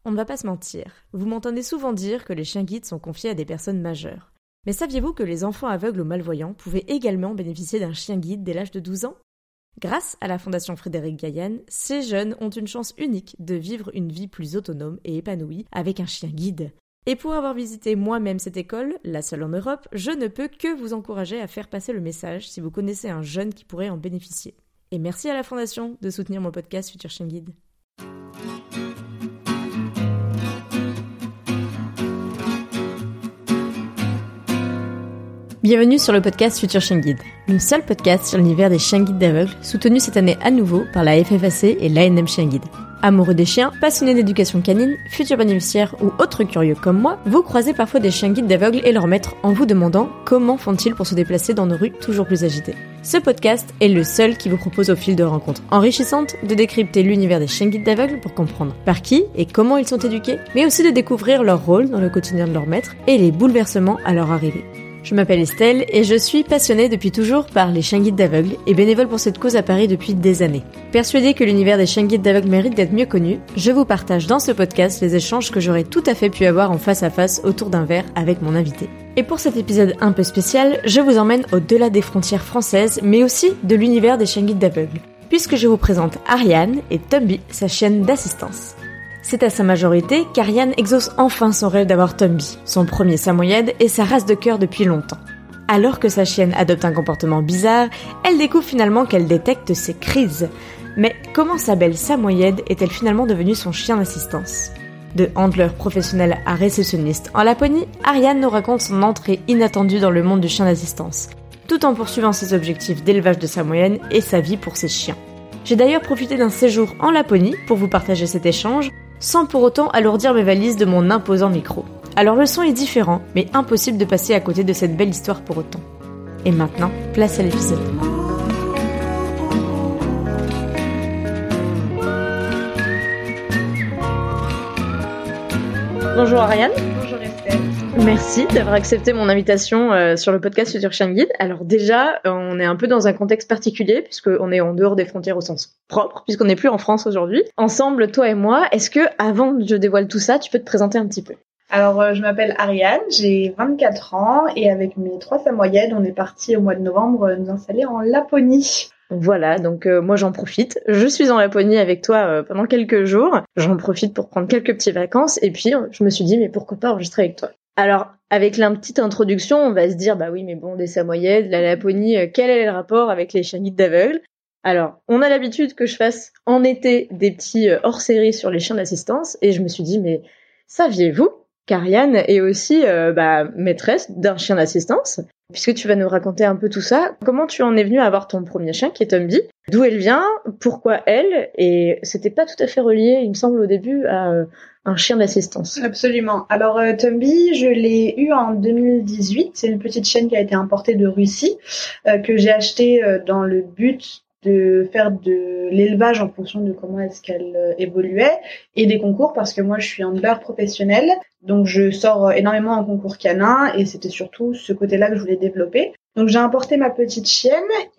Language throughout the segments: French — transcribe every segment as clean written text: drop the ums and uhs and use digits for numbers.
On ne va pas se mentir, vous m'entendez souvent dire que les chiens guides sont confiés à des personnes majeures. Mais saviez-vous que les enfants aveugles ou malvoyants pouvaient également bénéficier d'un chien guide dès l'âge de 12 ans ? Grâce à la Fondation Frédéric Gaillan, ces jeunes ont une chance unique de vivre une vie plus autonome et épanouie avec un chien guide. Et pour avoir visité moi-même cette école, la seule en Europe, je ne peux que vous encourager à faire passer le message si vous connaissez un jeune qui pourrait en bénéficier. Et merci à la Fondation de soutenir mon podcast Futur Chien Guide. Bienvenue sur le podcast Futur Chien Guide, le seul podcast sur l'univers des chiens guides d'aveugles, soutenu cette année à nouveau par la FFAC et l'ANM Chien Guide. Amoureux des chiens, passionnés d'éducation canine, futurs bénéficiaires ou autres curieux comme moi, vous croisez parfois des chiens guides d'aveugles et leurs maîtres en vous demandant comment font-ils pour se déplacer dans nos rues toujours plus agitées. Ce podcast est le seul qui vous propose au fil de rencontres enrichissantes de décrypter l'univers des chiens guides d'aveugles pour comprendre par qui et comment ils sont éduqués, mais aussi de découvrir leur rôle dans le quotidien de leur maître et les bouleversements à leur arrivée. Je m'appelle Estelle et je suis passionnée depuis toujours par les chiens guides d'aveugles et bénévole pour cette cause à Paris depuis des années. Persuadée que l'univers des chiens guides d'aveugles mérite d'être mieux connu, je vous partage dans ce podcast les échanges que j'aurais tout à fait pu avoir en face à face autour d'un verre avec mon invité. Et pour cet épisode un peu spécial, je vous emmène au-delà des frontières françaises, mais aussi de l'univers des chiens guides d'aveugles, puisque je vous présente Ariane et Tumby, sa chienne d'assistance. C'est à sa majorité qu'Ariane exauce enfin son rêve d'avoir Tumby, son premier samoyède et sa race de cœur depuis longtemps. Alors que sa chienne adopte un comportement bizarre, elle découvre finalement qu'elle détecte ses crises. Mais comment sa belle samoyède est-elle finalement devenue son chien d'assistance ? De handler professionnel à réceptionniste en Laponie, Ariane nous raconte son entrée inattendue dans le monde du chien d'assistance, tout en poursuivant ses objectifs d'élevage de samoyède et sa vie pour ses chiens. J'ai d'ailleurs profité d'un séjour en Laponie pour vous partager cet échange, sans pour autant alourdir mes valises de mon imposant micro. Alors le son est différent, mais impossible de passer à côté de cette belle histoire pour autant. Et maintenant, place à l'épisode. Bonjour Ariane. Bonjour Estelle. Merci d'avoir accepté mon invitation sur le podcast Futur Chien Guide. Alors déjà, on est un peu dans un contexte particulier puisqu'on est en dehors des frontières au sens propre, puisqu'on n'est plus en France aujourd'hui. Ensemble, toi et moi, est-ce que avant que je dévoile tout ça, tu peux te présenter un petit peu ? Alors, je m'appelle Ariane, j'ai 24 ans et avec mes 3 samoyèdes, on est parti au mois de novembre nous installer en Laponie. Voilà, donc moi j'en profite. Je suis en Laponie avec toi pendant quelques jours. J'en profite pour prendre quelques petites vacances et puis je me suis dit mais pourquoi pas enregistrer avec toi. Alors, avec la petite introduction, on va se dire, bah oui, mais bon, des samoyèdes, la Laponie, quel est le rapport avec les chiens guides d'aveugles ? Alors, on a l'habitude que je fasse en été des petits hors-série sur les chiens d'assistance, et je me suis dit, mais saviez-vous qu'Ariane est aussi maîtresse d'un chien d'assistance ? Puisque tu vas nous raconter un peu tout ça, comment tu en es venue à avoir ton premier chien, qui est Tumby ? D'où elle vient ? Pourquoi elle ? Et c'était pas tout à fait relié, il me semble, au début, à un chien d'assistance. Absolument. Alors Tumby, je l'ai eu en 2018. C'est une petite chienne qui a été importée de Russie, que j'ai achetée dans le but de faire de l'élevage en fonction de comment est-ce qu'elle évoluait et des concours parce que moi je suis handler professionnel, donc je sors énormément en concours canin et c'était surtout ce côté-là que je voulais développer. Donc j'ai importé ma petite chienne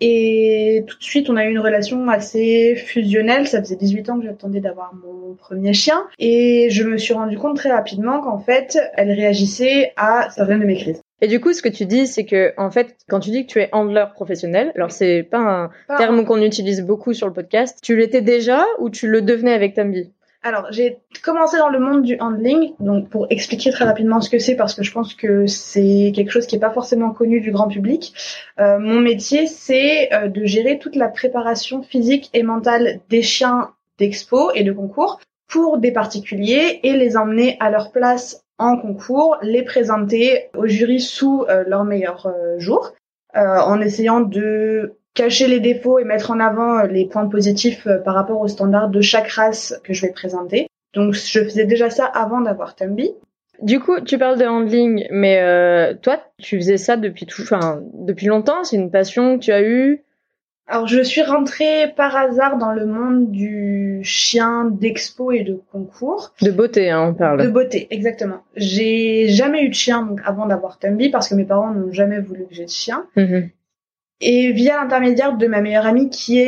et tout de suite on a eu une relation assez fusionnelle. Ça faisait 18 ans que j'attendais d'avoir mon premier chien et je me suis rendu compte très rapidement qu'en fait elle réagissait à certaines de mes crises. Et du coup, ce que tu dis, c'est que, en fait, quand tu dis que tu es handler professionnel, alors c'est pas un terme qu'on utilise beaucoup sur le podcast, tu l'étais déjà ou tu le devenais avec Tumby ? Alors, j'ai commencé dans le monde du handling, donc pour expliquer très rapidement ce que c'est, parce que je pense que c'est quelque chose qui est pas forcément connu du grand public. Mon métier, c'est de gérer toute la préparation physique et mentale des chiens d'expo et de concours pour des particuliers et les emmener à leur place en concours, les présenter au jury sous leur meilleur jour, en essayant de cacher les défauts et mettre en avant les points positifs par rapport aux standards de chaque race que je vais présenter. Donc je faisais déjà ça avant d'avoir Tumby. Du coup, tu parles de handling, mais toi, tu faisais ça depuis longtemps, c'est une passion que tu as eue ? Alors, je suis rentrée par hasard dans le monde du chien d'expo et de concours. De beauté, hein, on parle. De beauté, exactement. J'ai jamais eu de chien donc, avant d'avoir Tumby parce que mes parents n'ont jamais voulu que j'ai de chien. Mm-hmm. Et via l'intermédiaire de ma meilleure amie qui est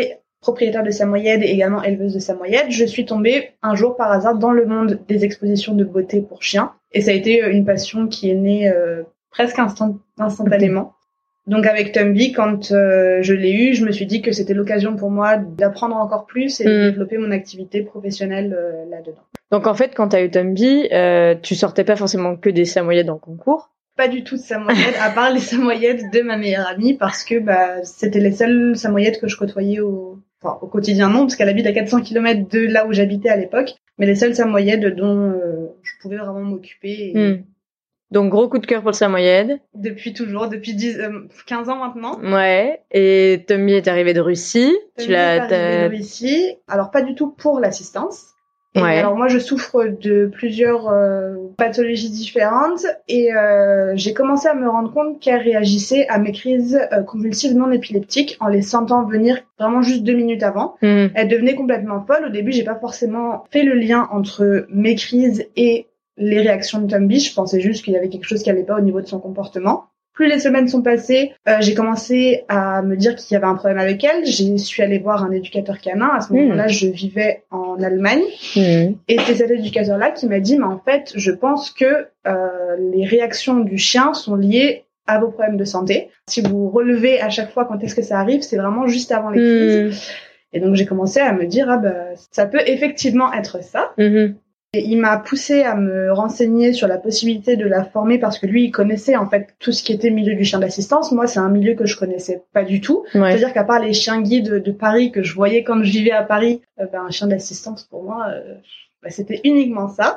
propriétaire de samoyèdes et également éleveuse de samoyèdes, je suis tombée un jour par hasard dans le monde des expositions de beauté pour chiens. Et ça a été une passion qui est née presque instantanément. Donc avec Tumby, quand je l'ai eu, je me suis dit que c'était l'occasion pour moi d'apprendre encore plus et de développer mon activité professionnelle là-dedans. Donc en fait, quand tu as eu Tumby, tu sortais pas forcément que des samoyèdes en concours? Pas du tout de samoyèdes, à part les samoyèdes de ma meilleure amie, parce que c'était les seules samoyèdes que je côtoyais au quotidien, non, parce qu'elle habite à 400 km de là où j'habitais à l'époque, mais les seules samoyèdes dont je pouvais vraiment m'occuper. Donc gros coup de cœur pour le samoyède. Depuis toujours, depuis 15 ans maintenant. Ouais, et Tumby est arrivé de Russie. Tumby est arrivé de Russie, alors pas du tout pour l'assistance. Et alors moi je souffre de plusieurs pathologies différentes et j'ai commencé à me rendre compte qu'elle réagissait à mes crises convulsives non épileptiques en les sentant venir vraiment juste 2 minutes avant. Elle devenait complètement folle. Au début j'ai pas forcément fait le lien entre mes crises et les réactions de Tumby. Je pensais juste qu'il y avait quelque chose qui allait pas au niveau de son comportement. Plus les semaines sont passées, j'ai commencé à me dire qu'il y avait un problème avec elle. Je suis allée voir un éducateur canin. À ce moment-là, je vivais en Allemagne. Et c'est cet éducateur-là qui m'a dit, mais en fait, je pense que les réactions du chien sont liées à vos problèmes de santé. Si vous relevez à chaque fois quand est-ce que ça arrive, c'est vraiment juste avant les crises. Et donc, j'ai commencé à me dire, ça peut effectivement être ça. Et il m'a poussé à me renseigner sur la possibilité de la former parce que lui, il connaissait en fait tout ce qui était milieu du chien d'assistance. Moi, c'est un milieu que je connaissais pas du tout. C'est-à-dire qu'à part les chiens guides de Paris que je voyais quand je vivais à Paris, un chien d'assistance pour moi, c'était uniquement ça.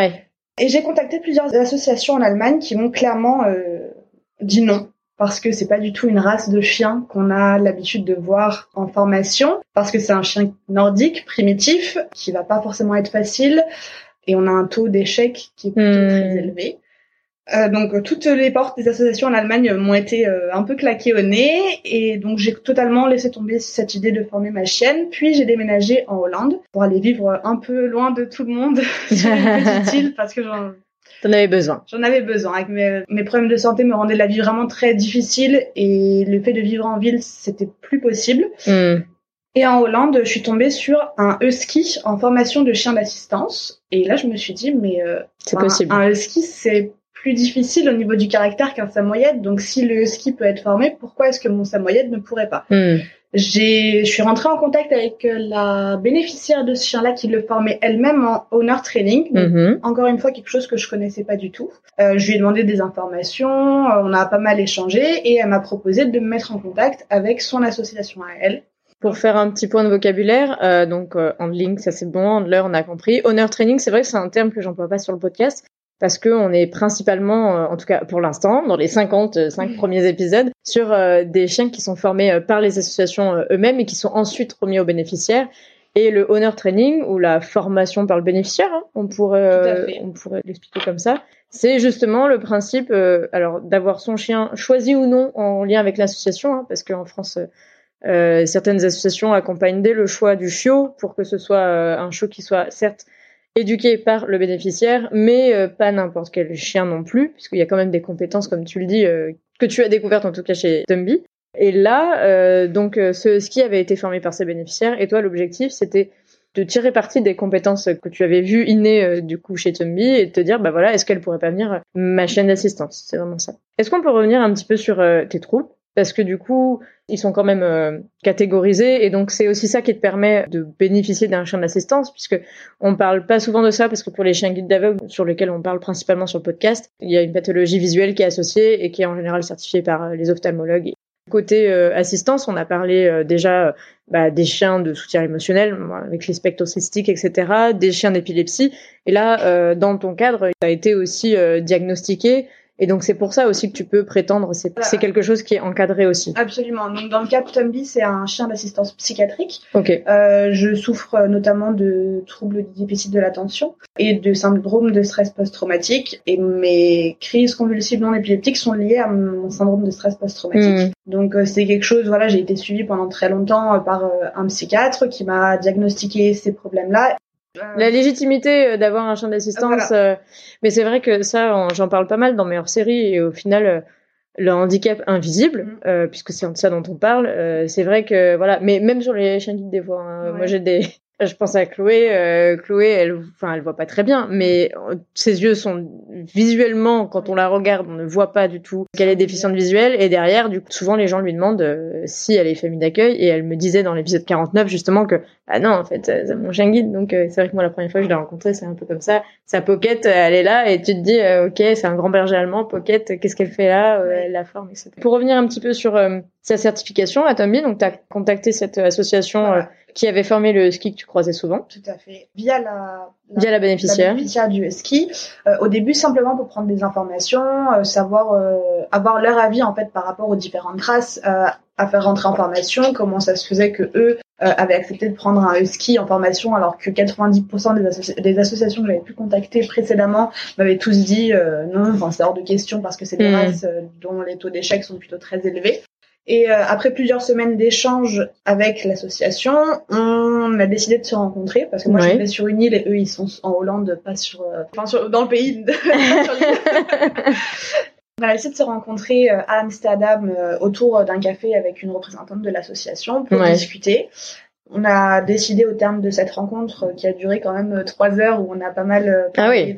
Et j'ai contacté plusieurs associations en Allemagne qui m'ont clairement dit non. Parce que c'est pas du tout une race de chien qu'on a l'habitude de voir en formation. Parce que c'est un chien nordique, primitif, qui va pas forcément être facile. Et on a un taux d'échec qui est plutôt très élevé. Donc toutes les portes des associations en Allemagne m'ont été un peu claquées au nez. Et donc j'ai totalement laissé tomber cette idée de former ma chienne. Puis j'ai déménagé en Hollande pour aller vivre un peu loin de tout le monde sur une petite île parce que T'en avais besoin. J'en avais besoin. Avec mes problèmes de santé me rendaient la vie vraiment très difficile et le fait de vivre en ville, c'était plus possible. Et en Hollande, je suis tombée sur un husky en formation de chien d'assistance. Et là, je me suis dit, mais c'est possible. Un husky, c'est plus difficile au niveau du caractère qu'un samoyède. Donc, si le husky peut être formé, pourquoi est-ce que mon samoyède ne pourrait pas Je suis rentrée en contact avec la bénéficiaire de ce chien-là qui le formait elle-même en owner training. Donc, encore une fois, quelque chose que je connaissais pas du tout. Je lui ai demandé des informations, on a pas mal échangé et elle m'a proposé de me mettre en contact avec son association à elle. Pour faire un petit point de vocabulaire, handling, ça c'est bon, handler, on a compris. Owner training, c'est vrai que c'est un terme que j'emploie pas sur le podcast parce que on est principalement, en tout cas pour l'instant, dans les 55 premiers épisodes, sur des chiens qui sont formés par les associations eux-mêmes et qui sont ensuite remis aux bénéficiaires. Et le owner training, ou la formation par le bénéficiaire, on pourrait l'expliquer comme ça, c'est justement le principe alors d'avoir son chien choisi ou non en lien avec l'association, parce qu'en France... certaines associations accompagnent dès le choix du chiot pour que ce soit un chiot qui soit certes éduqué par le bénéficiaire, mais pas n'importe quel chien non plus, puisqu'il y a quand même des compétences, comme tu le dis, que tu as découvertes en tout cas chez Tumby. Et là, ce ski avait été formé par ses bénéficiaires, et toi, l'objectif, c'était de tirer parti des compétences que tu avais vues innées du coup chez Tumby et de te dire, voilà, est-ce qu'elle pourrait pas venir ma chienne d'assistance? C'est vraiment ça. Est-ce qu'on peut revenir un petit peu sur tes troubles? Parce que du coup, ils sont quand même catégorisés et donc c'est aussi ça qui te permet de bénéficier d'un chien d'assistance puisque on parle pas souvent de ça parce que pour les chiens guides d'aveugles sur lesquels on parle principalement sur le podcast, il y a une pathologie visuelle qui est associée et qui est en général certifiée par les ophtalmologues. Côté assistance, on a parlé déjà des chiens de soutien émotionnel avec les spectres autistiques, etc., des chiens d'épilepsie. Et là, dans ton cadre, tu as été aussi diagnostiqué. Et donc c'est pour ça aussi que tu peux prétendre, c'est quelque chose qui est encadré aussi. Absolument. Donc dans le cas de Tumby, c'est un chien d'assistance psychiatrique. Okay. Je souffre notamment de troubles du déficit de l'attention et de syndrome de stress post-traumatique. Et mes crises convulsives non épileptiques sont liées à mon syndrome de stress post-traumatique. Donc c'est quelque chose, j'ai été suivie pendant très longtemps par un psychiatre qui m'a diagnostiqué ces problèmes-là. La légitimité d'avoir un chien d'assistance, mais c'est vrai que ça, j'en parle pas mal dans mes hors-séries et au final, le handicap invisible, puisque c'est de ça dont on parle. C'est vrai que voilà, mais même sur les chiens guides des fois, moi je pense à Chloé. Chloé, elle voit pas très bien, mais ses yeux sont visuellement, quand on la regarde, on ne voit pas du tout qu'elle est déficiente visuelle. Et derrière, du coup, souvent les gens lui demandent si elle est famille d'accueil. Et elle me disait dans l'épisode 49 justement que non, en fait, c'est mon chien guide. Donc c'est vrai que moi la première fois que je l'ai rencontrée, c'est un peu comme ça. Sa Pocket, elle est là et tu te dis ok, c'est un grand berger allemand. Pocket, qu'est-ce qu'elle fait là la forme, etc. Pour revenir un petit peu sur sa certification à Tomby, donc t'as contacté cette association. Voilà. Qui avait formé le ski que tu croisais souvent. Tout à fait. Via la bénéficiaire. La bénéficiaire du ski. Au début, simplement pour prendre des informations, savoir, avoir leur avis, en fait, par rapport aux différentes races, à faire rentrer en formation, comment ça se faisait que eux avaient accepté de prendre un husky en formation, alors que 90% des associations que j'avais pu contacter précédemment m'avaient tous dit non, enfin, c'est hors de question parce que c'est des races dont les taux d'échec sont plutôt très élevés. Et après plusieurs semaines d'échanges avec l'association, on a décidé de se rencontrer parce que moi je vivais sur une île et eux ils sont en Hollande, pas dans le pays. Sur l'île. On a décidé de se rencontrer à Amsterdam autour d'un café avec une représentante de l'association pour discuter. On a décidé au terme de cette rencontre qui a duré quand même 3 heures où on a pas mal parlé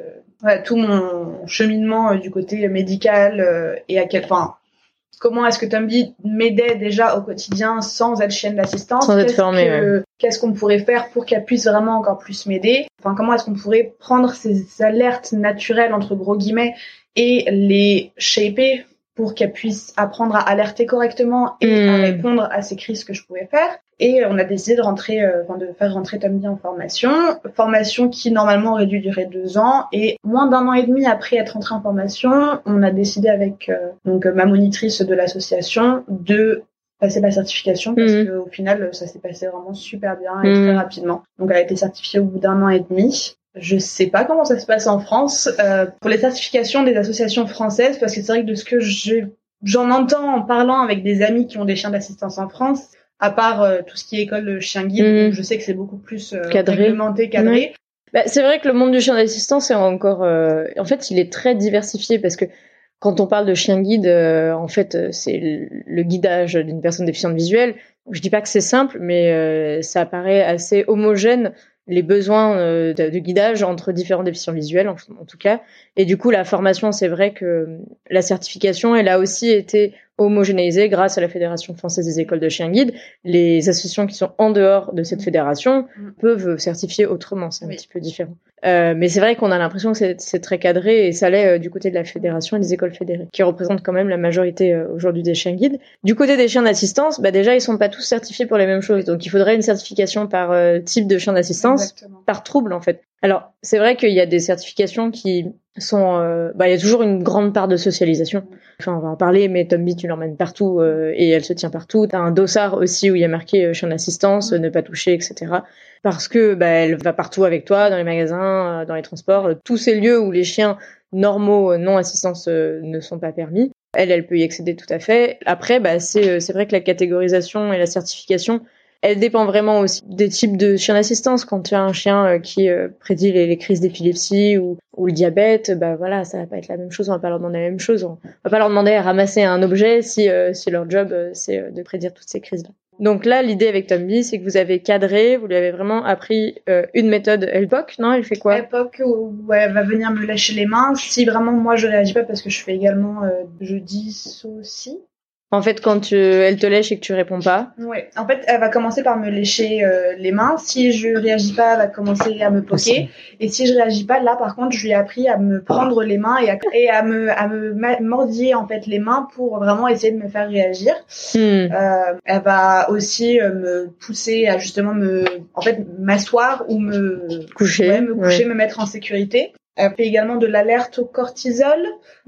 de tout mon cheminement du côté médical et à quel point. Comment est-ce que Tomby m'aidait déjà au quotidien sans être chienne d'assistance? Sans être formée, Qu'est-ce qu'on pourrait faire pour qu'elle puisse vraiment encore plus m'aider? Enfin, comment est-ce qu'on pourrait prendre ces alertes naturelles, entre gros guillemets, et les shaper pour qu'elle puisse apprendre à alerter correctement et à répondre à ces crises que je pouvais faire. Et on a décidé de faire rentrer Tomby en formation qui normalement aurait dû durer 2 ans. Et moins d'1 an et demi après être entré en formation, on a décidé avec ma monitrice de l'association de passer la certification parce qu'au final ça s'est passé vraiment super bien et très rapidement. Donc elle a été certifiée au bout d'1 an et demi. Je sais pas comment ça se passe en France pour les certifications des associations françaises parce que c'est vrai que de ce que j'en entends en parlant avec des amis qui ont des chiens d'assistance en France, à part tout ce qui est école de chien guide, je sais que c'est beaucoup plus réglementé, cadré. C'est vrai que le monde du chien d'assistance est encore en fait il est très diversifié parce que quand on parle de chien guide en fait c'est le guidage d'une personne déficiente visuelle. Je dis pas que c'est simple mais ça paraît assez homogène les besoins de guidage entre différents déficients visuels en tout cas. Et du coup la formation, c'est vrai que la certification elle a aussi été homogénéisée grâce à la Fédération française des écoles de chiens guides. Les associations qui sont en dehors de cette fédération peuvent certifier autrement, c'est un petit peu différent. Mais c'est vrai qu'on a l'impression que c'est très cadré et ça l'est du côté de la fédération et des écoles fédérées qui représentent quand même la majorité aujourd'hui des chiens guides. Du côté des chiens d'assistance, déjà ils sont pas tous certifiés pour les mêmes choses, donc il faudrait une certification par type de chien d'assistance. Exactement. Par trouble en fait. Alors c'est vrai qu'il y a des certifications qui sont il y a toujours une grande part de socialisation. Enfin on va en parler, mais Tomby tu l'emmènes partout et elle se tient partout. T'as un dossard aussi où il y a marqué chien d'assistance, ne pas toucher, etc. Parce que elle va partout avec toi, dans les magasins, dans les transports, tous ces lieux où les chiens normaux non assistance ne sont pas permis. Elle peut y accéder tout à fait. Après c'est vrai que la catégorisation et la certification elle dépend vraiment aussi des types de chiens d'assistance. Quand tu as un chien qui prédit les crises d'épilepsie ou le diabète, ça va pas être la même chose. On va pas leur demander la même chose. On va pas leur demander à ramasser un objet si leur job c'est de prédire toutes ces crises-là. Donc là, l'idée avec Tomby, c'est que vous avez cadré, vous lui avez vraiment appris une méthode ELPOC, non? Elle fait quoi? ELPOC, où elle va venir me lâcher les mains. Si vraiment moi je réagis pas parce que je fais également je dissocie. En fait, quand elle te lèche et que tu réponds pas. Ouais. En fait, elle va commencer par me lécher les mains. Si je réagis pas, elle va commencer à me poker. Et si je réagis pas, là, par contre, je lui ai appris à me prendre les mains et à me mordiller en fait les mains pour vraiment essayer de me faire réagir. Elle va aussi me pousser à justement m'asseoir ou me coucher, me mettre en sécurité. Elle fait également de l'alerte au cortisol,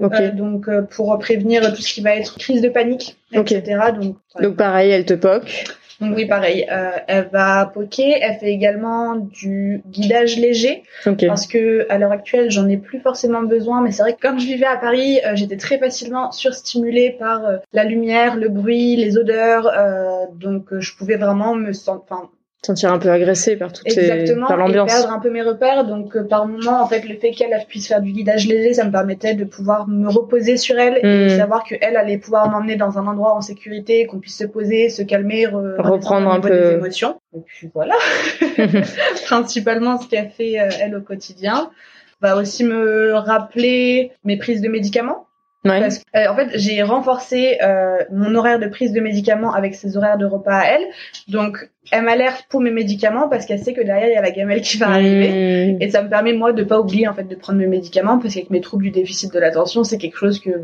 pour prévenir tout ce qui va être crise de panique, etc. Donc pareil, elle te poke. Donc oui, pareil. Elle va poker. Elle fait également du guidage léger, parce que à l'heure actuelle, j'en ai plus forcément besoin. Mais c'est vrai que comme je vivais à Paris, j'étais très facilement surstimulée par la lumière, le bruit, les odeurs. Donc je pouvais vraiment me sentir. sentir un peu agressée par par l'ambiance. Et perdre un peu mes repères. Donc, par moment, en fait, le fait qu'elle puisse faire du guidage léger, ça me permettait de pouvoir me reposer sur elle et de savoir qu'elle allait pouvoir m'emmener dans un endroit en sécurité, qu'on puisse se poser, se calmer, reprendre un peu des émotions. Et puis voilà, principalement ce qu'elle fait elle au quotidien. Va aussi me rappeler mes prises de médicaments. Ouais. Parce que, en fait, j'ai renforcé mon horaire de prise de médicaments avec ses horaires de repas à elle. Donc, elle m'alerte pour mes médicaments parce qu'elle sait que derrière, il y a la gamelle qui va arriver. Et ça me permet, moi, de pas oublier, en fait, de prendre mes médicaments parce qu'avec mes troubles du déficit de l'attention, c'est quelque chose que,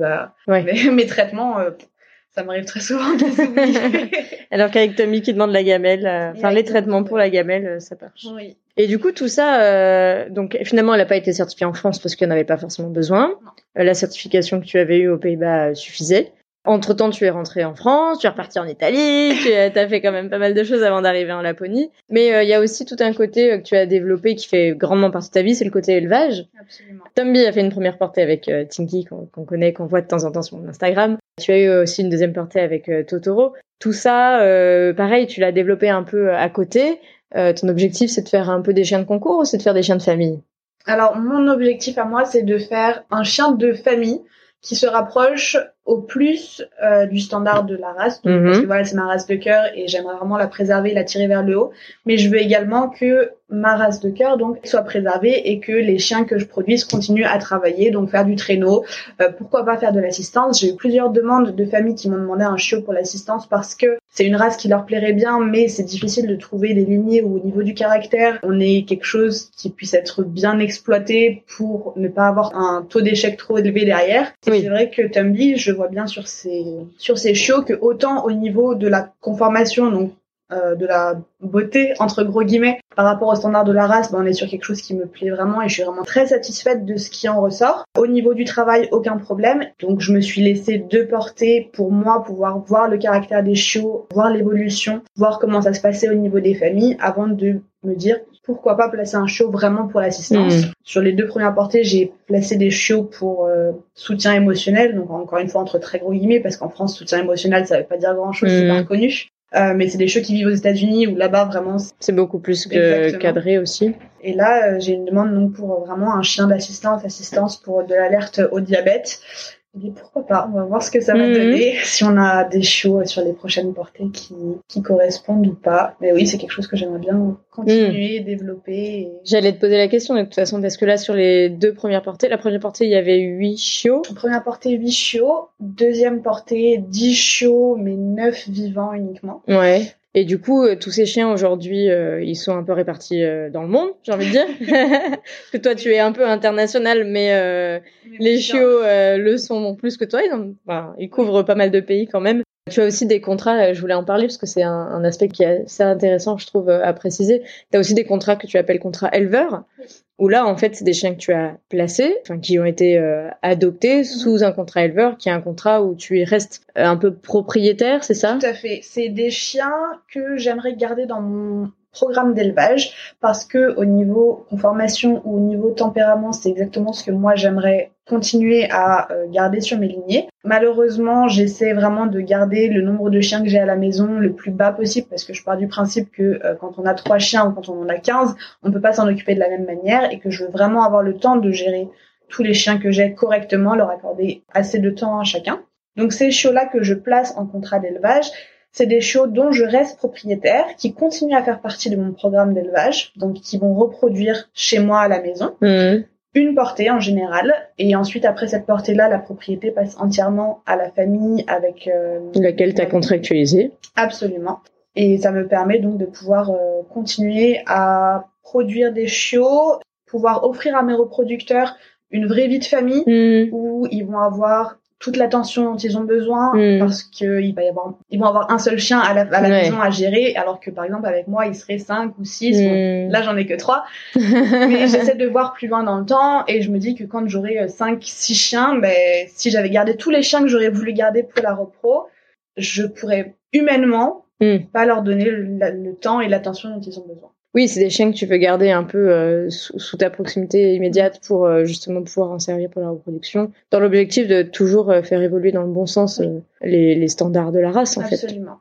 mes traitements, ça m'arrive très souvent de les oublier. Alors qu'avec Tomby qui demande la gamelle, les traitements pour la gamelle, ça marche. Oui. Et du coup, tout ça, donc finalement, elle n'a pas été certifiée en France parce qu'elle n'avait pas forcément besoin. La certification que tu avais eue aux Pays-Bas suffisait. Entre-temps, tu es rentrée en France, tu es repartie en Italie, tu as fait quand même pas mal de choses avant d'arriver en Laponie. Mais il y a aussi tout un côté que tu as développé qui fait grandement partie de ta vie, c'est le côté élevage. Absolument. Tomby a fait une première portée avec Tinky, qu'on connaît, qu'on voit de temps en temps sur mon Instagram. Tu as eu aussi une deuxième portée avec Totoro. Tout ça, pareil, tu l'as développé un peu à côté. Ton objectif, c'est de faire un peu des chiens de concours ou c'est de faire des chiens de famille? Alors, mon objectif à moi, c'est de faire un chien de famille qui se rapproche au plus du standard de la race. Donc, parce que voilà, c'est ma race de cœur et j'aimerais vraiment la préserver et la tirer vers le haut. Mais je veux également que ma race de cœur donc soit préservée et que les chiens que je produise continuent à travailler, donc faire du traîneau. Pourquoi pas faire de l'assistance? J'ai eu plusieurs demandes de familles qui m'ont demandé un chiot pour l'assistance parce que c'est une race qui leur plairait bien, mais c'est difficile de trouver des lignées où au niveau du caractère, on ait quelque chose qui puisse être bien exploité pour ne pas avoir un taux d'échec trop élevé derrière. Oui. C'est vrai que Tomby, je vois bien sur ces chiots que autant au niveau de la conformation, donc de la beauté entre gros guillemets par rapport au standard de la race, on est sur quelque chose qui me plaît vraiment et je suis vraiment très satisfaite de ce qui en ressort. Au niveau du travail, aucun problème. Donc je me suis laissée 2 portées pour moi pouvoir voir le caractère des chiots, voir l'évolution, voir comment ça se passait au niveau des familles avant de me dire pourquoi pas placer un chiot vraiment pour l'assistance. Sur les 2 premières portées, j'ai placé des chiots pour soutien émotionnel, donc encore une fois entre très gros guillemets parce qu'en France soutien émotionnel ça veut pas dire grand chose, c'est pas reconnu. Mais c'est des chiots qui vivent aux États-Unis où là-bas vraiment c'est beaucoup plus que cadré aussi. Et là j'ai une demande donc pour vraiment un chien assistance pour de l'alerte au diabète. Et pourquoi pas, on va voir ce que ça va donner, si on a des chiots sur les prochaines portées qui correspondent ou pas. Mais oui, c'est quelque chose que j'aimerais bien continuer, développer. J'allais te poser la question de toute façon, parce que là, sur les 2 premières portées, la première portée, il y avait 8 chiots. Première portée, 8 chiots. Deuxième portée, 10 chiots, mais 9 vivants uniquement. Ouais. Et du coup, tous ces chiens aujourd'hui, ils sont un peu répartis dans le monde, j'ai envie de dire. Parce que toi, tu es un peu international, mais les chiots le sont plus que toi. Ils couvrent pas mal de pays quand même. Tu as aussi des contrats, je voulais en parler parce que c'est un aspect qui est assez intéressant, je trouve, à préciser. Tu as aussi des contrats que tu appelles contrats éleveurs, où là, en fait, c'est des chiens que tu as placés, qui ont été adoptés sous un contrat éleveur, qui est un contrat où tu y restes un peu propriétaire, c'est ça? Tout à fait. C'est des chiens que j'aimerais garder dans mon programme d'élevage parce que au niveau conformation ou au niveau tempérament, c'est exactement ce que moi j'aimerais continuer à garder sur mes lignées. Malheureusement, j'essaie vraiment de garder le nombre de chiens que j'ai à la maison le plus bas possible parce que je pars du principe que quand on a 3 chiens ou quand on en a 15, on peut pas s'en occuper de la même manière et que je veux vraiment avoir le temps de gérer tous les chiens que j'ai correctement, leur accorder assez de temps à chacun. Donc ces chiots-là que je place en contrat d'élevage, c'est des chiots dont je reste propriétaire, qui continuent à faire partie de mon programme d'élevage, donc qui vont reproduire chez moi à la maison. Une portée en général, et ensuite après cette portée-là, la propriété passe entièrement à la famille avec laquelle tu as contractualisé. Absolument. Et ça me permet donc de pouvoir continuer à produire des chiots, pouvoir offrir à mes reproducteurs une vraie vie de famille où ils vont avoir toute l'attention dont ils ont besoin parce que ils vont avoir un seul chien à la maison à gérer, alors que par exemple avec moi ils seraient 5 ou 6, là j'en ai que 3 mais j'essaie de voir plus loin dans le temps et je me dis que quand j'aurai 5-6 chiens, si j'avais gardé tous les chiens que j'aurais voulu garder pour la repro, je pourrais humainement pas leur donner le temps et l'attention dont ils ont besoin. Oui, c'est des chiens que tu veux garder un peu sous ta proximité immédiate pour justement pouvoir en servir pour la reproduction, dans l'objectif de toujours faire évoluer dans le bon sens les standards de la race, en fait. Absolument.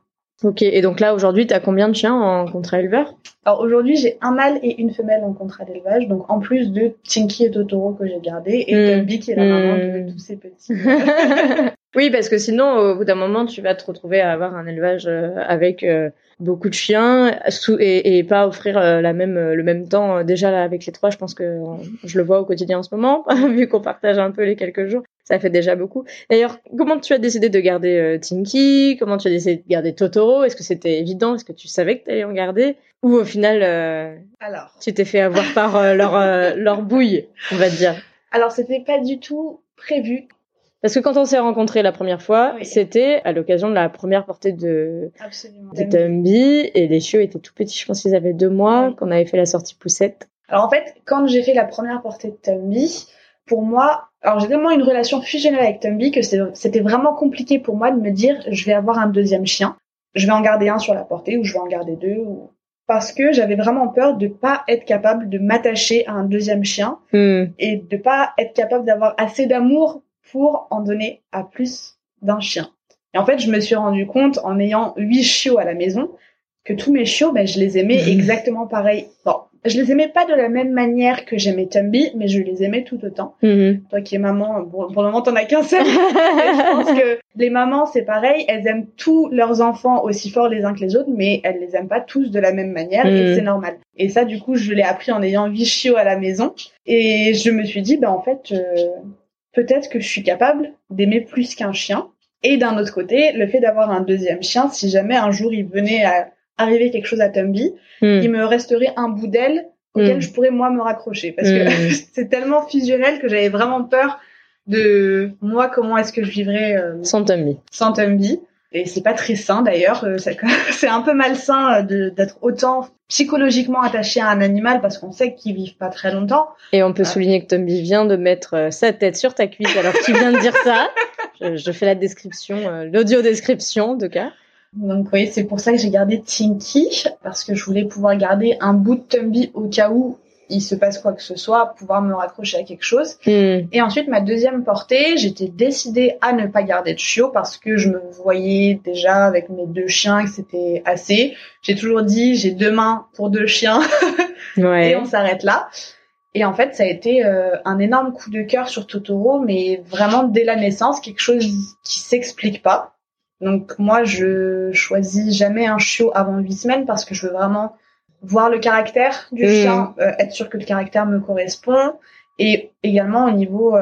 Ok, et donc là, aujourd'hui, t'as combien de chiens en contrat éleveur? Alors aujourd'hui, j'ai un mâle et une femelle en contrat d'élevage, donc en plus de Tinky et Totoro que j'ai gardé, et Tumby qui est la maman de tous ces petits. Oui, parce que sinon, au bout d'un moment, tu vas te retrouver à avoir un élevage avec beaucoup de chiens et pas offrir le même temps. Déjà, là, avec les 3, je pense que je le vois au quotidien en ce moment, vu qu'on partage un peu les quelques jours. Ça fait déjà beaucoup. D'ailleurs, comment tu as décidé de garder Tinky? Comment tu as décidé de garder Totoro? Est-ce que c'était évident? Est-ce que tu savais que tu allais en garder? Ou au final, Alors, tu t'es fait avoir par leur bouille, on va dire? Alors, c'était pas du tout prévu. Parce que quand on s'est rencontrés la première fois, Oui. C'était à l'occasion de la première portée de Tumby, et les chiots étaient tout petits, je pense qu'ils avaient 2 mois, Oui. qu'on avait fait la sortie poussette. Alors en fait, quand j'ai fait la première portée de Tumby, pour moi, alors j'ai tellement une relation fusionnelle avec Tumby que c'était vraiment compliqué pour moi de me dire je vais avoir un deuxième chien, je vais en garder un sur la portée ou je vais en garder 2 parce que j'avais vraiment peur de pas être capable de m'attacher à un deuxième chien et de pas être capable d'avoir assez d'amour pour en donner à plus d'un chien. Et en fait, je me suis rendu compte en ayant 8 chiots à la maison que tous mes chiots, je les aimais exactement pareil. Bon, je les aimais pas de la même manière que j'aimais Tumby, mais je les aimais tout autant. Toi qui es maman, pour le moment t'en as qu'un seul. Je pense que les mamans c'est pareil, elles aiment tous leurs enfants aussi fort les uns que les autres, mais elles les aiment pas tous de la même manière et c'est normal. Et ça du coup je l'ai appris en ayant 8 chiots à la maison et je me suis dit en fait peut-être que je suis capable d'aimer plus qu'un chien. Et d'un autre côté, le fait d'avoir un deuxième chien, si jamais un jour il venait à arriver quelque chose à Tumby, il me resterait un bout d'aile auquel je pourrais moi me raccrocher parce que c'est tellement fusionnel que j'avais vraiment peur de moi comment est-ce que je vivrais sans Tumby. Et c'est pas très sain d'ailleurs, c'est un peu malsain d'être autant psychologiquement attaché à un animal parce qu'on sait qu'ils vivent pas très longtemps. Et on peut souligner que Tumby vient de mettre sa tête sur ta cuisse alors qu'il vient de dire ça. Je fais la description, l'audio-description en tout cas. Donc oui, c'est pour ça que j'ai gardé Tinky, parce que je voulais pouvoir garder un bout de Tumby au cas où il se passe quoi que ce soit, pouvoir me raccrocher à quelque chose. Et ensuite, ma deuxième portée, j'étais décidée à ne pas garder de chiot parce que je me voyais déjà avec mes 2 chiens, que c'était assez. J'ai toujours dit, j'ai 2 mains pour 2 chiens. Et on s'arrête là. Et en fait, ça a été un énorme coup de cœur sur Totoro, mais vraiment dès la naissance, quelque chose qui s'explique pas. Donc moi, je choisis jamais un chiot avant 8 semaines parce que je veux vraiment voir le caractère du chien, être sûr que le caractère me correspond, et également au niveau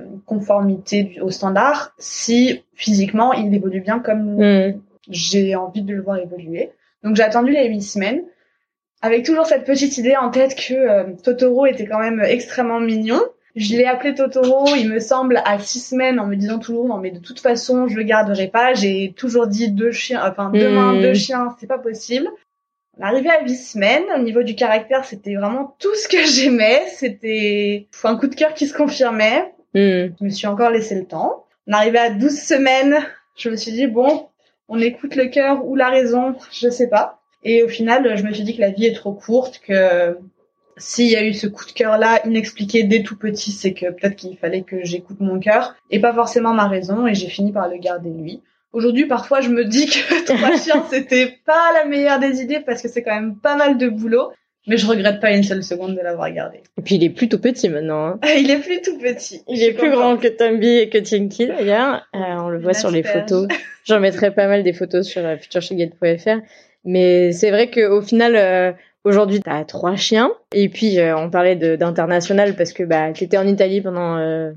conformité au standard, si physiquement il évolue bien comme j'ai envie de le voir évoluer. Donc j'ai attendu les 8 semaines, avec toujours cette petite idée en tête que Totoro était quand même extrêmement mignon. Je l'ai appelé Totoro, il me semble, à 6 semaines en me disant toujours non mais de toute façon je le garderai pas. J'ai toujours dit 2 mains, 2 chiens, c'est pas possible. On est arrivé à 8 semaines, au niveau du caractère c'était vraiment tout ce que j'aimais, c'était un coup de cœur qui se confirmait. Je me suis encore laissé le temps. On est arrivé à 12 semaines, je me suis dit bon, on écoute le cœur ou la raison, je sais pas. Et au final, je me suis dit que la vie est trop courte, que s'il y a eu ce coup de cœur-là inexpliqué dès tout petit, c'est que peut-être qu'il fallait que j'écoute mon cœur et pas forcément ma raison, et j'ai fini par le garder lui. Aujourd'hui, parfois, je me dis que 3 chiens, c'était pas la meilleure des idées parce que c'est quand même pas mal de boulot, mais je regrette pas une seule seconde de l'avoir gardé. Et puis, il est plus tout petit maintenant. Hein. Il est plus tout petit. Il est plus grand que Tumby et que Tinky d'ailleurs. On le voit sur les photos. J'en mettrai pas mal des photos sur futureshengid.fr. Mais c'est vrai qu'au final, aujourd'hui, t'as 3 chiens. Et puis, on parlait d'international parce que t'étais en Italie pendant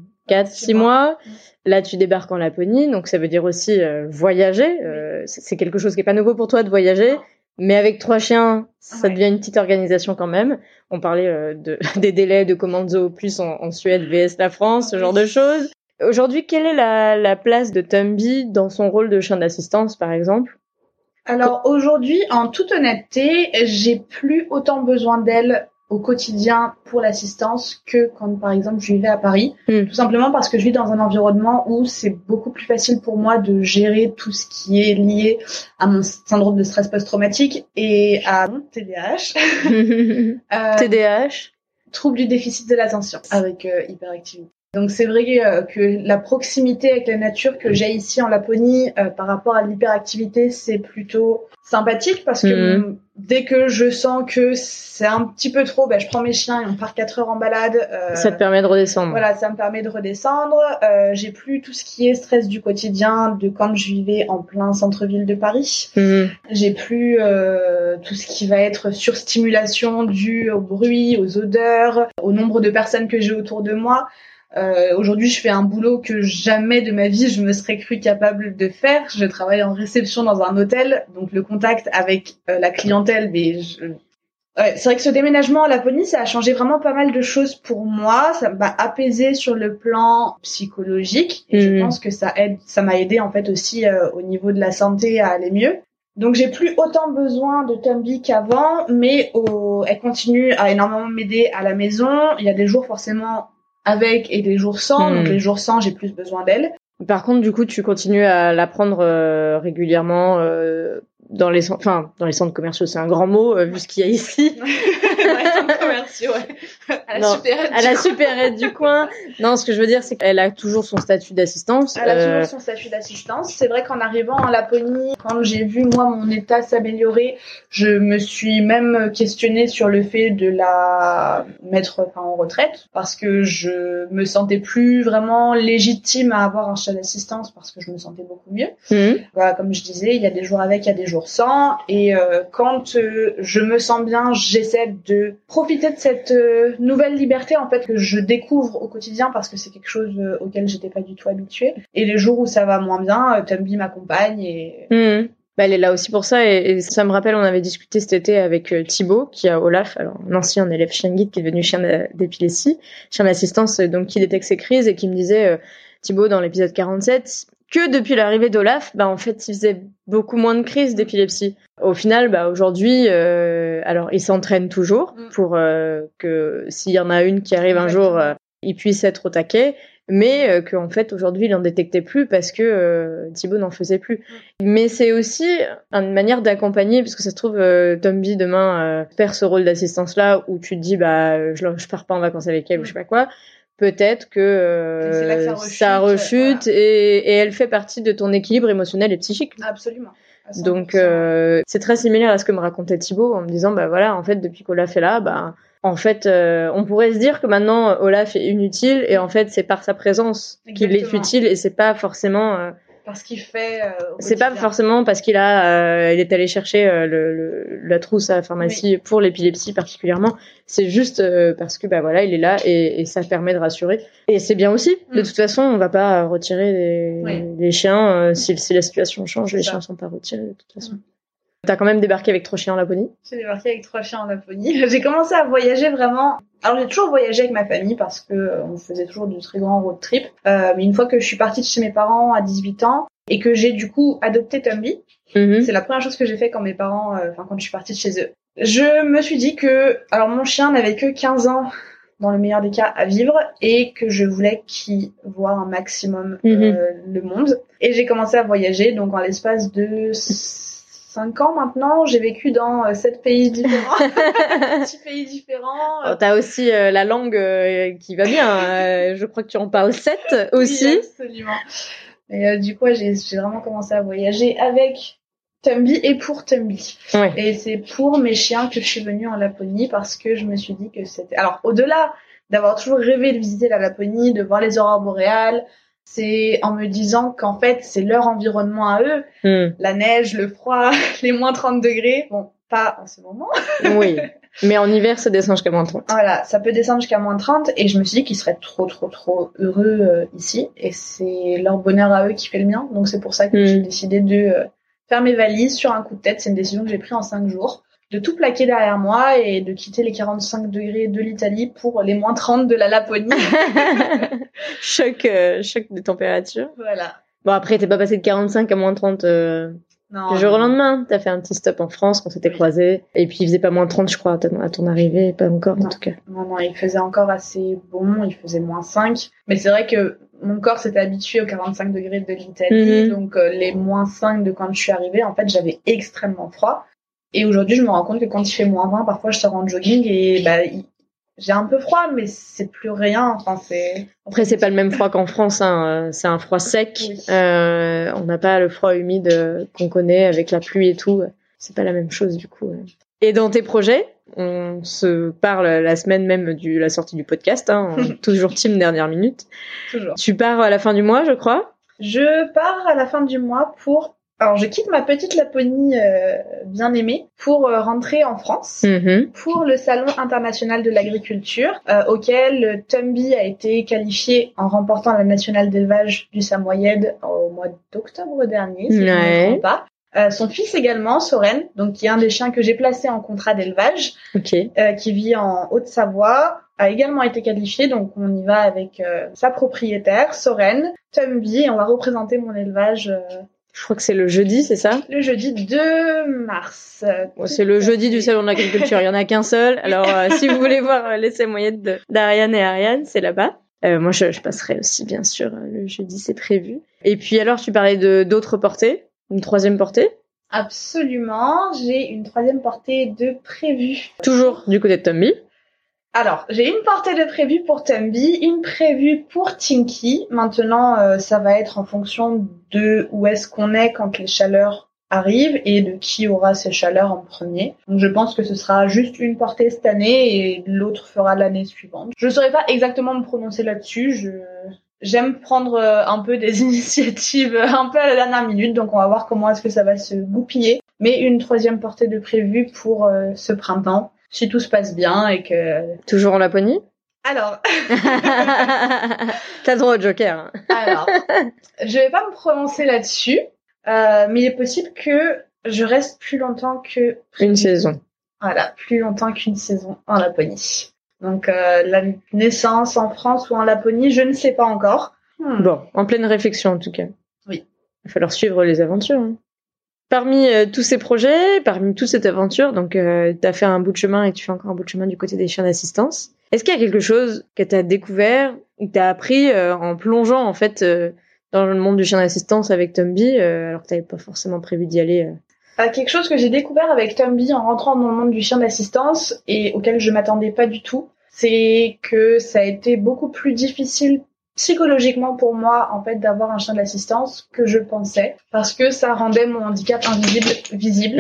4-6 mois. Là, tu débarques en Laponie, donc ça veut dire aussi voyager. C'est quelque chose qui est pas nouveau pour toi de voyager. Mais avec 3 chiens, ça devient une petite organisation quand même. On parlait des délais de Comanzo plus en Suède vs la France, ce genre de choses. Aujourd'hui, quelle est la place de Tumby dans son rôle de chien d'assistance, par exemple ? Alors aujourd'hui, en toute honnêteté, j'ai plus autant besoin d'elle au quotidien pour l'assistance que quand, par exemple, je vivais à Paris. Tout simplement parce que je vis dans un environnement où c'est beaucoup plus facile pour moi de gérer tout ce qui est lié à mon syndrome de stress post-traumatique et à mon TDAH. TDAH ? Trouble du déficit de l'attention avec hyperactivité. Donc c'est vrai que la proximité avec la nature que j'ai ici en Laponie par rapport à l'hyperactivité, c'est plutôt sympathique parce que dès que je sens que c'est un petit peu trop, je prends mes chiens et on part 4 heures en balade. Ça te permet de redescendre. Voilà, ça me permet de redescendre. J'ai plus tout ce qui est stress du quotidien de quand je vivais en plein centre-ville de Paris. J'ai plus tout ce qui va être surstimulation due au bruit, aux odeurs, au nombre de personnes que j'ai autour de moi. Aujourd'hui, je fais un boulot que jamais de ma vie je me serais cru capable de faire. Je travaille en réception dans un hôtel, donc le contact avec la clientèle, c'est vrai que ce déménagement à Laponie, ça a changé vraiment pas mal de choses pour moi. Ça m'a apaisé sur le plan psychologique et je pense que ça m'a aidé en fait aussi au niveau de la santé à aller mieux. Donc j'ai plus autant besoin de Tumby qu'avant, mais elle continue à énormément m'aider à la maison. Il y a des jours forcément avec et des jours sans. Donc les jours sans, j'ai plus besoin d'elle. Par contre, du coup, tu continues à la prendre régulièrement dans les centres commerciaux, c'est un grand mot vu ce qu'il y a ici. Dans les centres commerciaux, ouais. À la supérette du coin. Non, ce que je veux dire, c'est qu'elle a toujours son statut d'assistance. Elle a toujours son statut d'assistance. C'est vrai qu'en arrivant en Laponie, quand j'ai vu, moi, mon état s'améliorer, je me suis même questionnée sur le fait de la mettre en retraite parce que je me sentais plus vraiment légitime à avoir un chat d'assistance parce que je me sentais beaucoup mieux. Voilà, comme je disais, il y a des jours avec, il y a des jours sans. Et quand je me sens bien, j'essaie de profiter de cette nouvelle liberté en fait que je découvre au quotidien parce que c'est quelque chose auquel j'étais pas du tout habituée. Et les jours où ça va moins bien, Tumby m'accompagne et elle est là aussi pour ça et ça me rappelle, on avait discuté cet été avec Thibaut qui a Olaf, alors un ancien élève chien guide qui est devenu chien d'épilepsie, chien d'assistance, donc qui détecte ses crises et qui me disait Thibaut dans l'épisode 47 que depuis l'arrivée d'Olaf, en fait, il faisait beaucoup moins de crises d'épilepsie. Au final, aujourd'hui, alors il s'entraîne toujours pour que s'il y en a une qui arrive un jour, il puisse être au taquet, mais qu'en fait aujourd'hui il en détectait plus parce que Thibaut n'en faisait plus. Mais c'est aussi une manière d'accompagner, parce que ça se trouve Tumby demain perd ce rôle d'assistance là où tu te dis je pars pas en vacances avec elle ou je sais pas quoi. Peut-être que ça rechute et elle fait partie de ton équilibre émotionnel et psychique. Absolument. Donc c'est très similaire à ce que me racontait Thibaut en me disant voilà, en fait depuis qu'Olaf est là, en fait on pourrait se dire que maintenant Olaf est inutile et en fait c'est par sa présence qu'il est utile et c'est pas forcément parce qu'il fait c'est pas forcément parce qu'il est allé chercher la trousse à la pharmacie pour l'épilepsie particulièrement, c'est juste parce que il est là et ça permet de rassurer et c'est bien aussi. De toute façon on va pas retirer les chiens si la situation change, les chiens sont pas retirés de toute façon. T'as quand même débarqué avec 3 chiens en Laponie? J'ai débarqué avec 3 chiens en Laponie. J'ai commencé à voyager vraiment. Alors j'ai toujours voyagé avec ma famille parce que on faisait toujours de très grands road trips. Mais une fois que je suis partie de chez mes parents à 18 ans et que j'ai du coup adopté Tumby, c'est la première chose que j'ai fait quand mes parents, quand je suis partie de chez eux. Je me suis dit que, alors mon chien n'avait que 15 ans dans le meilleur des cas à vivre et que je voulais qu'il voie un maximum le monde. Et j'ai commencé à voyager donc en l'espace de 5 ans maintenant, j'ai vécu dans 7 pays différents. 6 pays différents. Alors, t'as aussi la langue qui va bien. Je crois que tu en parles 7 aussi. Oui, absolument. Et du coup, j'ai vraiment commencé à voyager avec Tumby et pour Tumby. Ouais. Et c'est pour mes chiens que je suis venue en Laponie parce que je me suis dit que c'était... Alors, au-delà d'avoir toujours rêvé de visiter la Laponie, de voir les aurores boréales, c'est en me disant qu'en fait, c'est leur environnement à eux. La neige, le froid, les moins 30 degrés. Bon, pas en ce moment. Oui, mais en hiver, ça descend jusqu'à moins 30. Voilà, ça peut descendre jusqu'à moins 30. Et je me suis dit qu'ils seraient trop heureux ici. Et c'est leur bonheur à eux qui fait le mien. Donc c'est pour ça que j'ai décidé de faire mes valises sur un coup de tête. C'est une décision que j'ai prise en 5 jours. De tout plaquer derrière moi et de quitter les 45 degrés de l'Italie pour les moins 30 de la Laponie. choc de température. Voilà. Bon, après, t'es pas passé de 45 à moins 30 le jour au lendemain. T'as fait un petit stop en France quand s'était croisés. Et puis, il faisait pas moins 30, je crois, à ton arrivée. Pas encore, en tout cas. Non, il faisait encore assez bon. Il faisait moins 5. Mais c'est vrai que mon corps s'était habitué aux 45 degrés de l'Italie. Donc, les moins 5 de quand je suis arrivée, en fait, j'avais extrêmement froid. Et aujourd'hui, je me rends compte que quand il fait moins 20, parfois, je sors en jogging et j'ai un peu froid, mais c'est plus rien. Enfin, Après, c'est pas le même froid qu'en France, hein. C'est un froid sec. Oui. On n'a pas le froid humide qu'on connaît avec la pluie et tout. C'est pas la même chose, du coup. Et dans tes projets, on se parle la semaine même de la sortie du podcast, hein. Toujours team dernière minute. Toujours. Tu pars à la fin du mois, je crois? Je pars à la fin du mois alors je quitte ma petite Laponie bien aimée pour rentrer en France pour le Salon international de l'agriculture auquel Tumby a été qualifié en remportant la nationale d'élevage du Samoyed au mois d'octobre dernier, si je ne me trompe pas. Son fils également, Soren, donc qui est un des chiens que j'ai placé en contrat d'élevage, qui vit en Haute-Savoie, a également été qualifié, donc on y va avec sa propriétaire, Soren, Tumby, et on va représenter mon élevage. Je crois que c'est le jeudi, c'est ça? Le jeudi 2 mars. C'est le jeudi du Salon de l'agriculture, il y en a qu'un seul. Alors si vous voulez voir l'essai moyenne d'Ariane et Ariane, c'est là-bas. Moi je passerai aussi, bien sûr, le jeudi, c'est prévu. Et puis alors, tu parlais d'autres portées? Une troisième portée? Absolument, j'ai une troisième portée de prévue. Toujours du côté de Tumby? Alors, j'ai une portée de prévue pour Tumby, une prévue pour Tinky. Maintenant, ça va être en fonction de où est-ce qu'on est quand les chaleurs arrivent et de qui aura ces chaleurs en premier. Donc, je pense que ce sera juste une portée cette année et l'autre fera l'année suivante. Je ne saurais pas exactement me prononcer là-dessus. J'aime prendre un peu des initiatives un peu à la dernière minute, donc on va voir comment est-ce que ça va se goupiller. Mais une troisième portée de prévue pour ce printemps, si tout se passe bien et que... Toujours en Laponie? Alors... T'as le droit au joker. Hein. Alors, je vais pas me prononcer là-dessus, mais il est possible que je reste plus longtemps que... Une saison. Voilà, plus longtemps qu'une saison en Laponie. Donc la naissance en France ou en Laponie, je ne sais pas encore. Bon, en pleine réflexion en tout cas. Oui. Il va falloir suivre les aventures. Hein. Parmi tous ces projets, parmi toute cette aventure, donc t'as fait un bout de chemin et tu fais encore un bout de chemin du côté des chiens d'assistance. Est-ce qu'il y a quelque chose que t'as découvert ou que t'as appris en plongeant en fait dans le monde du chien d'assistance avec Tumby, alors que t'avais pas forcément prévu d'y aller Quelque chose que j'ai découvert avec Tumby en rentrant dans le monde du chien d'assistance et auquel je m'attendais pas du tout, c'est que ça a été beaucoup plus difficile psychologiquement pour moi en fait d'avoir un chien d'assistance que je pensais, parce que ça rendait mon handicap visible